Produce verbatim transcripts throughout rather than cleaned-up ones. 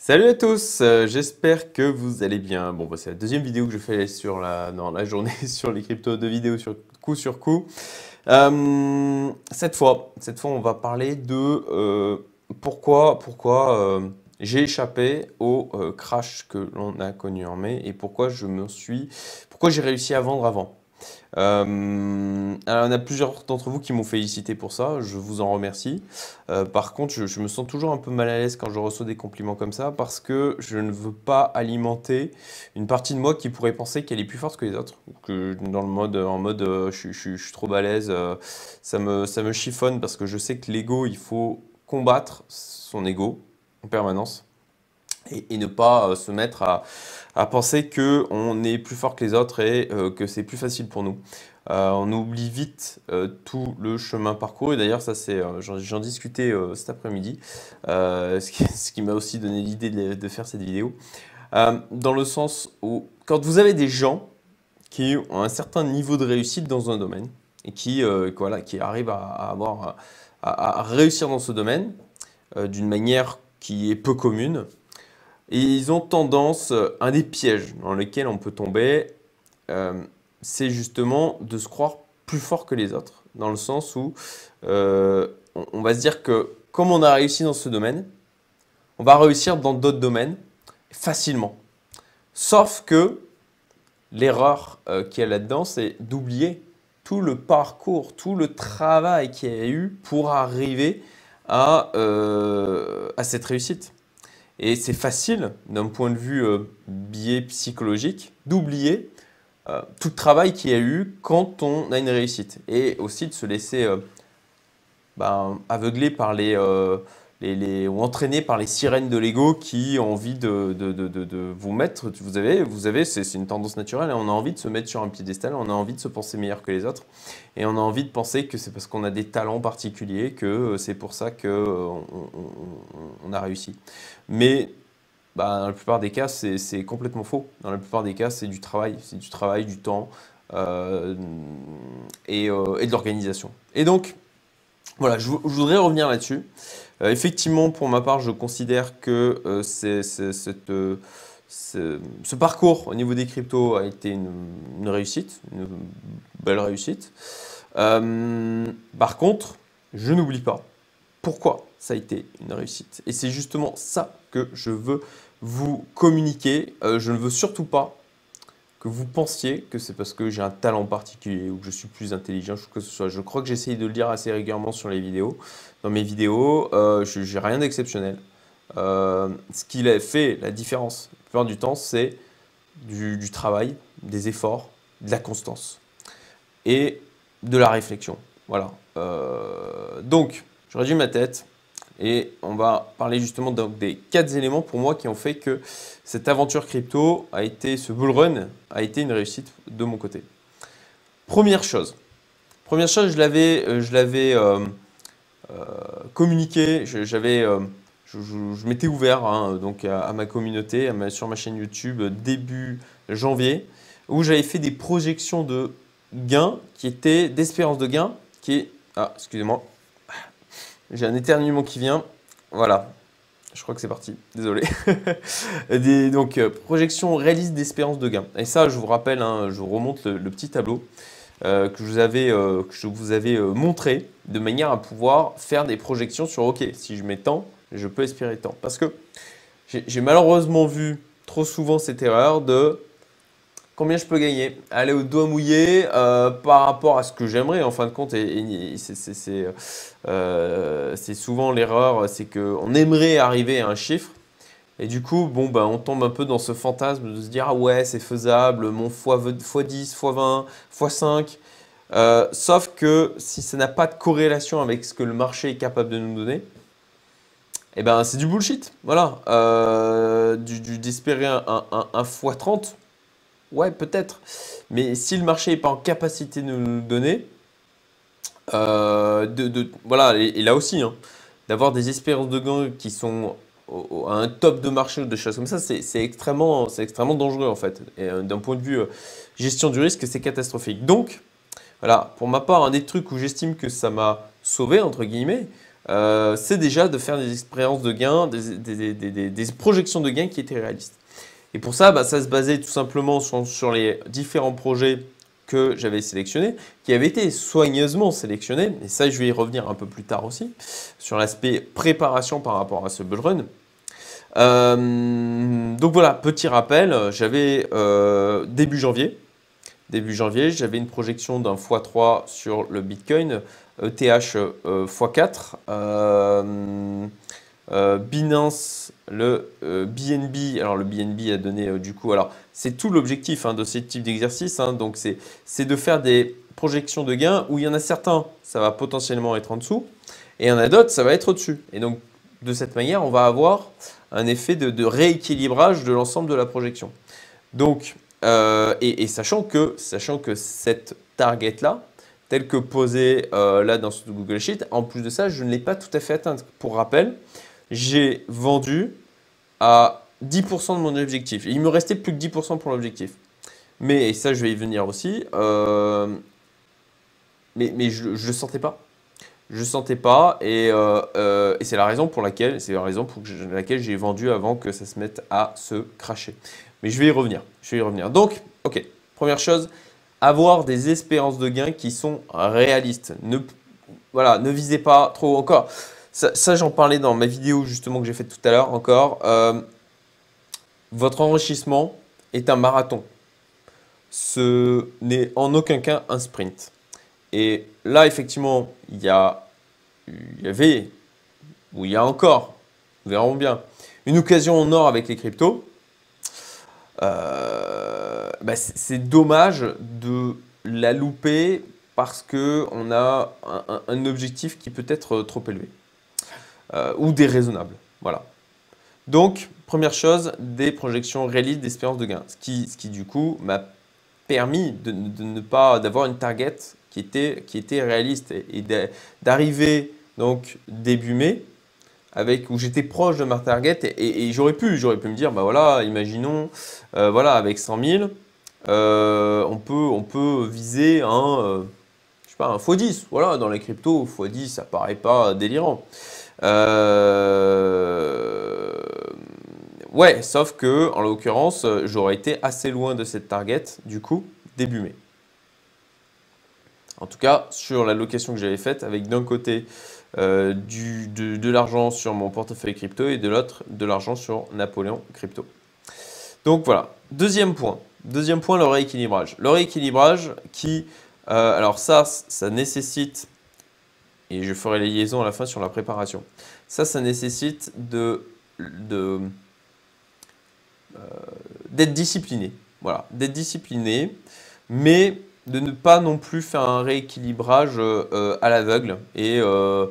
Salut à tous, euh, j'espère que vous allez bien. Bon, bah, c'est la deuxième vidéo que je fais sur la, dans la journée sur les cryptos, deux vidéos sur coup sur coup. Euh, cette fois, cette fois, on va parler de euh, pourquoi, pourquoi euh, j'ai échappé au euh, crash que l'on a connu en mai et pourquoi je me suis, pourquoi j'ai réussi à vendre avant. Euh, alors, il y en a plusieurs d'entre vous qui m'ont félicité pour ça, je vous en remercie. Euh, par contre, je, je me sens toujours un peu mal à l'aise quand je reçois des compliments comme ça parce que je ne veux pas alimenter une partie de moi qui pourrait penser qu'elle est plus forte que les autres, ou que dans le mode, en mode euh, je, suis- je suis je suis trop balèze, euh, ça me, ça me chiffonne parce que je sais que l'ego, il faut combattre son ego en permanence et, et ne pas euh, se mettre à, à penser qu'on est plus fort que les autres et euh, que c'est plus facile pour nous. Euh, on oublie vite euh, tout le chemin parcouru. Et d'ailleurs, ça c'est, euh, j'en j'en discutais euh, cet après-midi, euh, ce qui, ce qui m'a aussi donné l'idée de, de faire cette vidéo. Euh, dans le sens où, quand vous avez des gens qui ont un certain niveau de réussite dans un domaine et qui, euh, voilà, qui arrivent à, à avoir, à, à réussir dans ce domaine euh, d'une manière qui est peu commune, et ils ont tendance, euh, un des pièges dans lesquels on peut tomber, euh, c'est justement de se croire plus fort que les autres, dans le sens où euh, on, on va se dire que comme on a réussi dans ce domaine, on va réussir dans d'autres domaines facilement. Sauf que l'erreur euh, qu'il y a là-dedans, c'est d'oublier tout le parcours, tout le travail qu'il y a eu pour arriver à, euh, à cette réussite. Et c'est facile, d'un point de vue euh, biais psychologique, d'oublier euh, tout le travail qu'il y a eu quand on a une réussite. Et aussi de se laisser euh, ben, aveugler par les, euh, les, les- ou entraîner par les sirènes de l'ego qui ont envie de, de, de, de, de vous mettre. Vous avez, vous avez c'est c'est une tendance naturelle, et on a envie de se mettre sur un piédestal, on a envie de se penser meilleur que les autres. Et on a envie de penser que c'est parce qu'on a des talents particuliers que euh, c'est pour ça qu'on on, on- on a réussi. Mais bah, dans la plupart des cas, c'est c'est complètement faux. Dans la plupart des cas, c'est du travail. C'est du travail, du temps euh, et, euh, et de l'organisation. Et donc, voilà, je, vou- je voudrais revenir là-dessus. Euh, effectivement, pour ma part, je considère que euh, c'est- c'est- cette, euh, ce, ce parcours au niveau des cryptos a été une, une réussite, une belle réussite. Euh, par contre, je n'oublie pas pourquoi ça a été une réussite. Et c'est justement ça que je veux vous communiquer. Euh, je ne veux surtout pas que vous pensiez que c'est parce que j'ai un talent particulier ou que je suis plus intelligent, que ce soit. Je crois que j'essaye de le dire assez régulièrement sur les vidéos. Dans mes vidéos, euh, je n'ai rien d'exceptionnel. Euh, ce qui a fait la différence, la plupart du temps, c'est du, du travail, des efforts, de la constance et de la réflexion. Voilà. Euh, donc, je résume ma tête et on va parler justement donc des quatre éléments pour moi qui ont fait que cette aventure crypto a été, ce bull run a été une réussite de mon côté. Première chose, première chose, je l'avais, euh, je l'avais euh, euh, communiqué, je- j'avais, euh, je, je- je m'étais ouvert hein, donc à, à ma communauté, à ma- sur ma chaîne YouTube euh, début janvier, où j'avais fait des projections de gains qui étaient d'espérance de gain, qui est, ah, excusez-moi, j'ai un éternuement qui vient, voilà, je crois que c'est parti, désolé. Des, donc, euh, projection réaliste d'espérance de gain. Et ça, je vous rappelle, hein, je vous remonte le, le petit tableau euh, que je vous avais, euh, que je vous avais euh, montré de manière à pouvoir faire des projections sur OK, si je mets tant, je peux espérer tant. Parce que j'ai j'ai malheureusement vu trop souvent cette erreur de combien je peux gagner, aller au doigt mouillé euh, par rapport à ce que j'aimerais en fin de compte. Et, et c'est c'est- c'est, euh, c'est souvent l'erreur, c'est qu'on aimerait arriver à un chiffre. Et du coup, bon, ben, on tombe un peu dans ce fantasme de se dire, ah ouais, c'est faisable, mon fois, fois dix, fois vingt, fois cinq. Euh, sauf que si ça n'a pas de corrélation avec ce que le marché est capable de nous donner, eh ben, c'est du bullshit. Voilà. Euh, du, du- d'espérer un, un, un, un fois trente, ouais, peut-être. Mais si le marché n'est pas en capacité de nous le donner, euh, de, de- voilà, et, et là aussi, hein, d'avoir des espérances de gain qui sont au- au- à un top de marché ou des choses comme ça, c'est c'est extrêmement, c'est extrêmement dangereux en fait. Et euh, d'un point de vue euh, gestion du risque, c'est catastrophique. Donc, voilà, pour ma part, un des trucs où j'estime que ça m'a sauvé, entre guillemets, euh, c'est déjà de faire des expériences de gains, des, des, des, des, des projections de gains qui étaient réalistes. Et pour ça, bah, ça se basait tout simplement sur, sur les différents projets que j'avais sélectionnés, qui avaient été soigneusement sélectionnés, et ça je vais y revenir un peu plus tard aussi, sur l'aspect préparation par rapport à ce bull run. Euh, donc voilà, petit rappel, j'avais euh, début janvier, début janvier, j'avais une projection d'un fois trois sur le Bitcoin, E T H euh, fois quatre, euh, euh, Binance, le euh, B N B, alors le B N B a donné euh, du coup, alors c'est tout l'objectif hein, de ce type d'exercice, hein, donc c'est de faire des projections de gains où il y en a certains, ça va potentiellement être en dessous, et il y en a d'autres, ça va être au-dessus. Et donc de cette manière, on va avoir un effet de, de rééquilibrage de l'ensemble de la projection. Donc, euh, et, et sachant que, sachant que cette target-là, telle que posée euh, là dans ce Google Sheet, en plus de ça, je ne l'ai pas tout à fait atteinte. Pour rappel, j'ai vendu à dix pour cent de mon objectif. Il me restait plus que dix pour cent pour l'objectif. Mais, et ça je vais y venir aussi, euh, mais, mais je ne le sentais pas. Je ne sentais pas et, euh, euh, et c'est la raison pour laquelle, c'est la raison pour laquelle j'ai vendu avant que ça se mette à se cracher. Mais je vais y revenir. Je vais y revenir. Donc, ok, première chose, avoir des espérances de gains qui sont réalistes. Ne, voilà, ne visez pas trop encore. Ça, ça j'en parlais dans ma vidéo justement que j'ai faite tout à l'heure encore. Euh, votre enrichissement est un marathon. Ce n'est en aucun cas un sprint. Et là, effectivement, il y, a, il y avait, ou il y a encore, nous verrons bien, une occasion en or avec les cryptos. Euh, bah c'est dommage de la louper parce qu'on a un, un objectif qui peut être trop élevé euh, ou déraisonnable. Voilà. Donc, première chose, des projections réalistes d'espérance de gain. Ce qui, ce qui du coup, m'a permis de, de ne pas d'avoir une target qui était, qui était réaliste et, et d'arriver donc début mai avec où j'étais proche de ma target et, et, et j'aurais pu j'aurais pu me dire bah voilà imaginons euh, voilà avec cent mille euh, on peut on peut viser un euh, je sais pas un fois dix voilà dans les cryptos fois dix ça paraît pas délirant euh, ouais sauf que en l'occurrence j'aurais été assez loin de cette target du coup début mai. En tout cas, sur la location que j'avais faite, avec d'un côté euh, du, de, de l'argent sur mon portefeuille crypto et de l'autre de l'argent sur Napoléon Crypto. Donc voilà, deuxième point. Deuxième point, le rééquilibrage. Le rééquilibrage qui, euh, alors ça, ça nécessite, et je ferai les liaisons à la fin sur la préparation, ça, ça nécessite de, de, euh, d'être discipliné. Voilà, d'être discipliné, mais de ne pas non plus faire un rééquilibrage euh, à l'aveugle. Et, euh,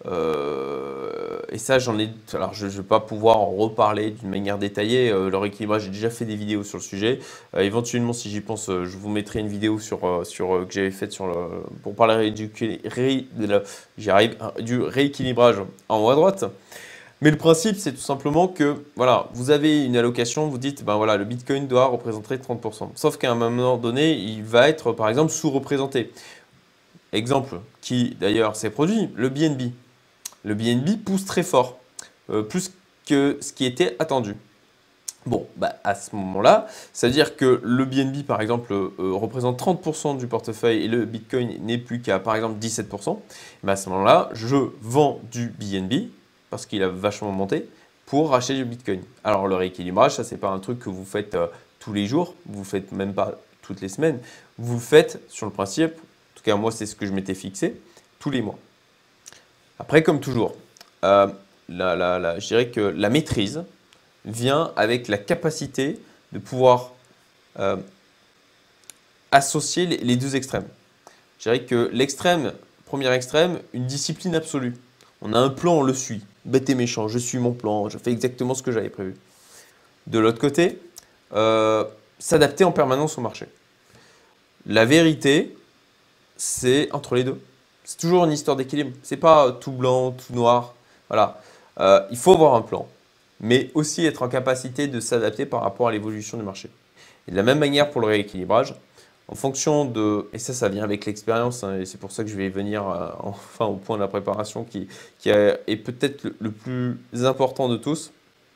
euh, et ça, j'en ai. Alors, je ne vais pas pouvoir en reparler d'une manière détaillée. Euh, le rééquilibrage, j'ai déjà fait des vidéos sur le sujet. Euh, éventuellement, si j'y pense, euh, je vous mettrai une vidéo sur, euh, sur, euh, que j'avais faite sur le, pour parler du, ré, j'y arrive, du rééquilibrage en haut à droite. Mais le principe, c'est tout simplement que voilà, vous avez une allocation, vous dites ben voilà, le Bitcoin doit représenter trente pour cent. Sauf qu'à un moment donné, il va être par exemple sous-représenté. Exemple qui d'ailleurs s'est produit, le B N B. Le B N B pousse très fort, euh, plus que ce qui était attendu. Bon, bah à ce moment-là, ça veut dire que le B N B par exemple euh, représente trente pour cent du portefeuille et le Bitcoin n'est plus qu'à par exemple dix-sept pour cent. Bah, à ce moment-là, je vends du B N B parce qu'il a vachement monté, pour racheter du Bitcoin. Alors le rééquilibrage, ça c'est pas un truc que vous faites euh, tous les jours, vous ne faites même pas toutes les semaines, vous le faites sur le principe, en tout cas moi c'est ce que je m'étais fixé, tous les mois. Après comme toujours, euh, la, la, la, je dirais que la maîtrise vient avec la capacité de pouvoir euh, associer les, les deux extrêmes. Je dirais que l'extrême, premier extrême, une discipline absolue. On a un plan, on le suit. Bête et méchant, je suis mon plan, je fais exactement ce que j'avais prévu. De l'autre côté, euh, s'adapter en permanence au marché. La vérité, c'est entre les deux. C'est toujours une histoire d'équilibre. C'est pas tout blanc, tout noir. Voilà. Euh, il faut avoir un plan, mais aussi être en capacité de s'adapter par rapport à l'évolution du marché. Et de la même manière pour le rééquilibrage, En fonction de, et ça, ça vient avec l'expérience, hein, et c'est pour ça que je vais venir euh, enfin au point de la préparation qui, qui est peut-être le, le plus important de tous.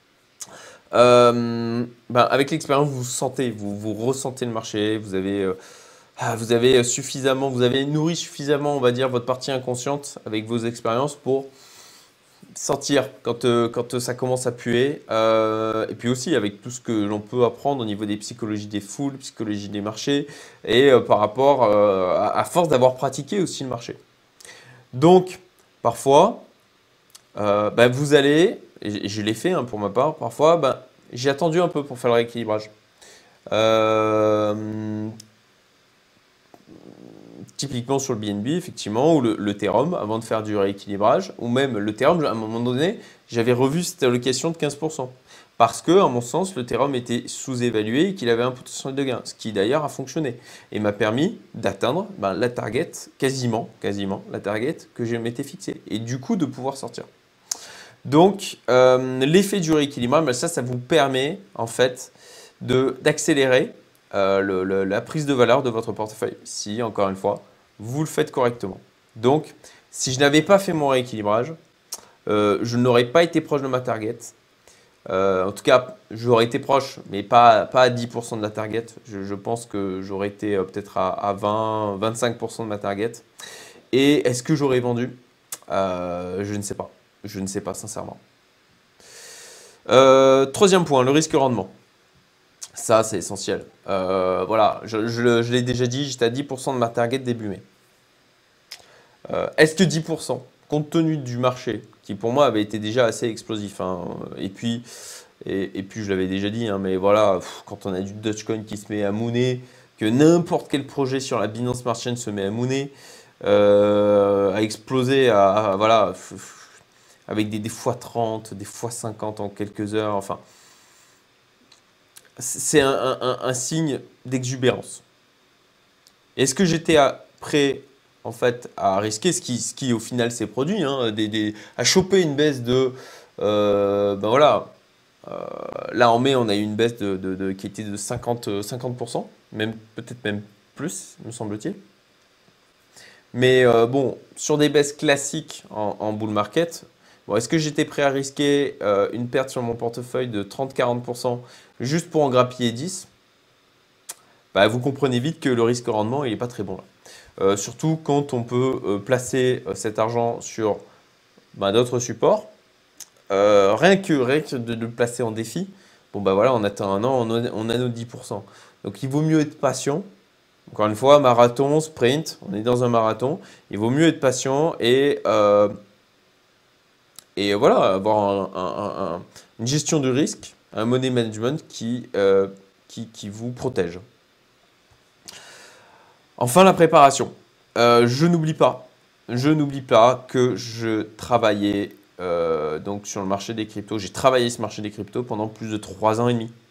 Euh, ben, avec l'expérience, vous sentez, vous, vous ressentez le marché, vous avez, euh, ah, vous avez suffisamment, vous avez nourri suffisamment, on va dire, votre partie inconsciente avec vos expériences pour sentir quand, euh, quand ça commence à puer. Euh, et puis aussi avec tout ce que l'on peut apprendre au niveau des psychologies des foules, psychologie des marchés, et euh, par rapport euh, à, à force d'avoir pratiqué aussi le marché. Donc, parfois, euh, ben, vous allez, et je l'ai fait hein, pour ma part, parfois, ben, j'ai attendu un peu pour faire le rééquilibrage. Euh, Typiquement sur le B N B, effectivement, ou le, le Therum, avant de faire du rééquilibrage, ou même le Therum, à un moment donné, j'avais revu cette allocation de quinze pour cent. Parce que, à mon sens, le Therum était sous-évalué et qu'il avait un potentiel de gain, ce qui d'ailleurs a fonctionné et m'a permis d'atteindre ben, la target, quasiment, quasiment, la target que je m'étais fixée, et du coup de pouvoir sortir. Donc, euh, l'effet du rééquilibrage, ben, ça, ça vous permet en fait d'accélérer euh, le, le, la prise de valeur de votre portefeuille, si, encore une fois, vous le faites correctement. Donc, si je n'avais pas fait mon rééquilibrage, euh, je n'aurais pas été proche de ma target. Euh, en tout cas, j'aurais été proche, mais pas, pas à dix pour cent de la target. Je, je pense que j'aurais été euh, peut-être à, à vingt, vingt-cinq pour cent de ma target. Et est-ce que j'aurais vendu? euh, Je ne sais pas. Je ne sais pas, sincèrement. Euh, troisième point, le risque-rendement. Ça, c'est essentiel. Euh, voilà, je, je, je l'ai déjà dit, j'étais à dix pour cent de ma target début mai. Euh, Est-ce que dix pour cent, compte tenu du marché, qui pour moi avait été déjà assez explosif, hein, et puis, et, et puis je l'avais déjà dit, hein, mais voilà, pff, quand on a du Dogecoin qui se met à mooner, que n'importe quel projet sur la Binance Smart Chain se met à mooner, euh, à exploser, à, à- voilà, pff, pff, avec des, des fois trente, des fois cinquante en quelques heures, enfin, c'est un, un- un- un signe d'exubérance. Est-ce que j'étais à- prêt en fait à risquer ce qui, ce qui au final s'est produit, hein, des, des- à choper une baisse de, euh, ben voilà, euh, là en mai on a eu une baisse de, de- de- qui était de cinquante, euh, cinquante pour cent, même peut-être même plus, me semble-t-il. Mais euh, bon, sur des baisses classiques en, en bull market, bon, est-ce que j'étais prêt à risquer euh, une perte sur mon portefeuille de trente à quarante pour cent juste pour en grappiller dix? Bah, vous comprenez vite que le risque-rendement il n'est pas très bon là. Euh, surtout quand on peut euh, placer euh, cet argent sur bah, d'autres supports. Euh, rien que, rien que de, de le placer en défi, bon bah voilà, on atteint un an, on a, on a nos dix pour cent. Donc il vaut mieux être patient. Encore une fois, marathon, sprint, on est dans un marathon. Il vaut mieux être patient et, euh, et voilà, avoir un- un- un- une gestion du risque, un money management qui, euh, qui, qui vous protège. Enfin, la préparation. Euh, je n'oublie pas, je n'oublie pas que je travaillais euh, donc sur le marché des cryptos. J'ai travaillé ce marché des cryptos pendant plus de trois ans et demi.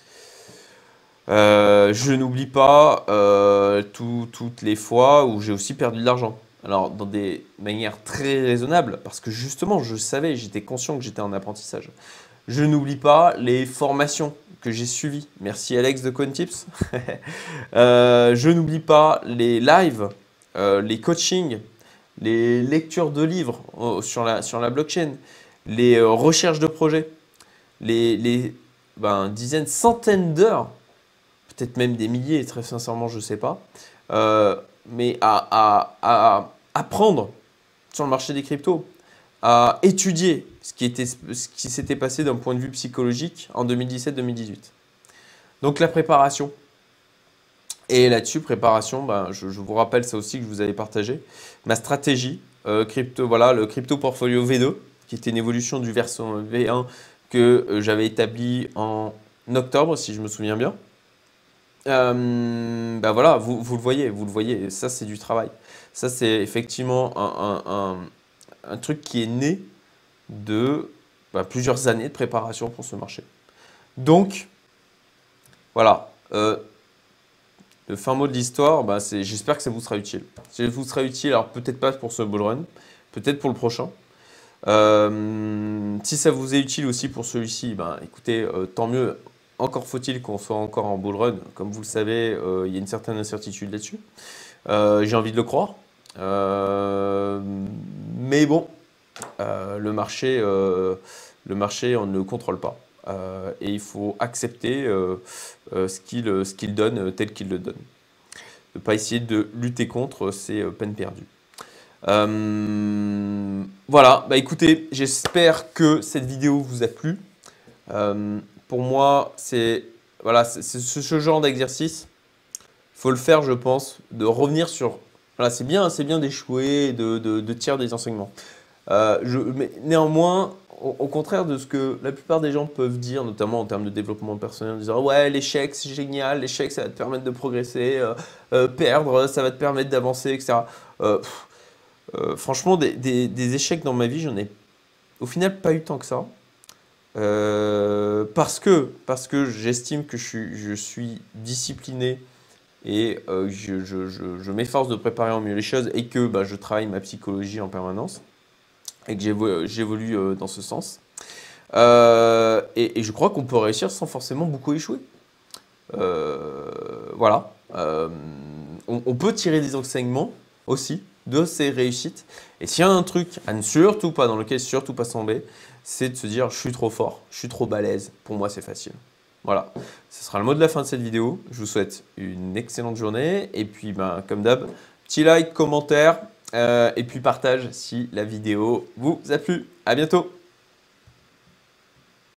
Euh, je n'oublie pas euh, tout- toutes les fois où j'ai aussi perdu de l'argent. Alors, dans des manières très raisonnables, parce que justement, je savais, j'étais conscient que j'étais en apprentissage. Je n'oublie pas les formations que j'ai suivies. Merci Alex de CoinTips. Euh, je n'oublie pas les lives, euh, les coachings, les lectures de livres euh, sur la, sur la blockchain, les euh, recherches de projets, les, les ben, dizaines, centaines d'heures, peut-être même des milliers, très sincèrement, je ne sais pas, euh, mais à, à- à apprendre sur le marché des cryptos, à étudier ce qui était, ce qui s'était passé d'un point de vue psychologique en deux mille dix-sept deux mille dix-huit. Donc la préparation. Et là-dessus, préparation, ben, je, je vous rappelle ça aussi que je vous avais partagé. Ma stratégie, euh, crypto, voilà, le crypto portfolio V deux, qui était une évolution du version V un que euh, j'avais établi en octobre, si je me souviens bien. Euh, ben voilà, vous, vous le voyez, vous le voyez, ça c'est du travail. Ça c'est effectivement un, un- un- un truc qui est né de ben, plusieurs années de préparation pour ce marché. Donc, voilà. Euh, Le fin mot de l'histoire, bah, c'est j'espère que ça vous sera utile. Ça vous sera utile, alors peut-être pas pour ce bull run, peut-être pour le prochain. Euh, si ça vous est utile aussi pour celui-ci, bah, écoutez, euh, tant mieux. encore faut-il qu'on soit encore en bull run. Comme vous le savez, euh, il y a une certaine incertitude là-dessus. Euh, j'ai envie de le croire. Euh, mais bon, euh, le marché, euh, le marché, on ne le contrôle pas. Euh, et il faut accepter euh, euh, ce qu'il ce qu'il donne euh, tel qu'il le donne. Ne pas essayer de lutter contre, c'est euh, peine perdue. Euh, voilà, bah écoutez, j'espère que cette vidéo vous a plu. Euh, pour moi, c'est voilà, c'est ce, ce genre d'exercice. Il faut le faire, je pense, de revenir sur. Voilà, c'est bien, c'est bien d'échouer, de, de, de tirer des enseignements. Euh, je, mais néanmoins, au, au contraire de ce que la plupart des gens peuvent dire, notamment en termes de développement personnel, en disant ouais, l'échec c'est génial, l'échec ça va te permettre de progresser, euh, euh, perdre ça va te permettre d'avancer, et cetera. Euh, pff, euh, franchement, des, des, des échecs dans ma vie, j'en ai au final pas eu tant que ça. Euh, parce que, parce que j'estime que je suis, je suis discipliné et euh, je, je, je, je m'efforce de préparer en mieux les choses et que bah, je travaille ma psychologie en permanence et que j'évolue j'évolue, euh, dans ce sens. Euh, et, et je crois qu'on peut réussir sans forcément beaucoup échouer. Euh, voilà. Euh, on, on peut tirer des enseignements aussi de ces réussites. Et s'il y a un truc à ne surtout pas, dans lequel surtout pas tomber, c'est de se dire je suis trop fort, je suis trop balèze, pour moi c'est facile. Voilà, ce sera le mot de la fin de cette vidéo. Je vous souhaite une excellente journée et puis ben, comme d'hab, petit like, commentaire euh, et puis partage si la vidéo vous a plu. À bientôt.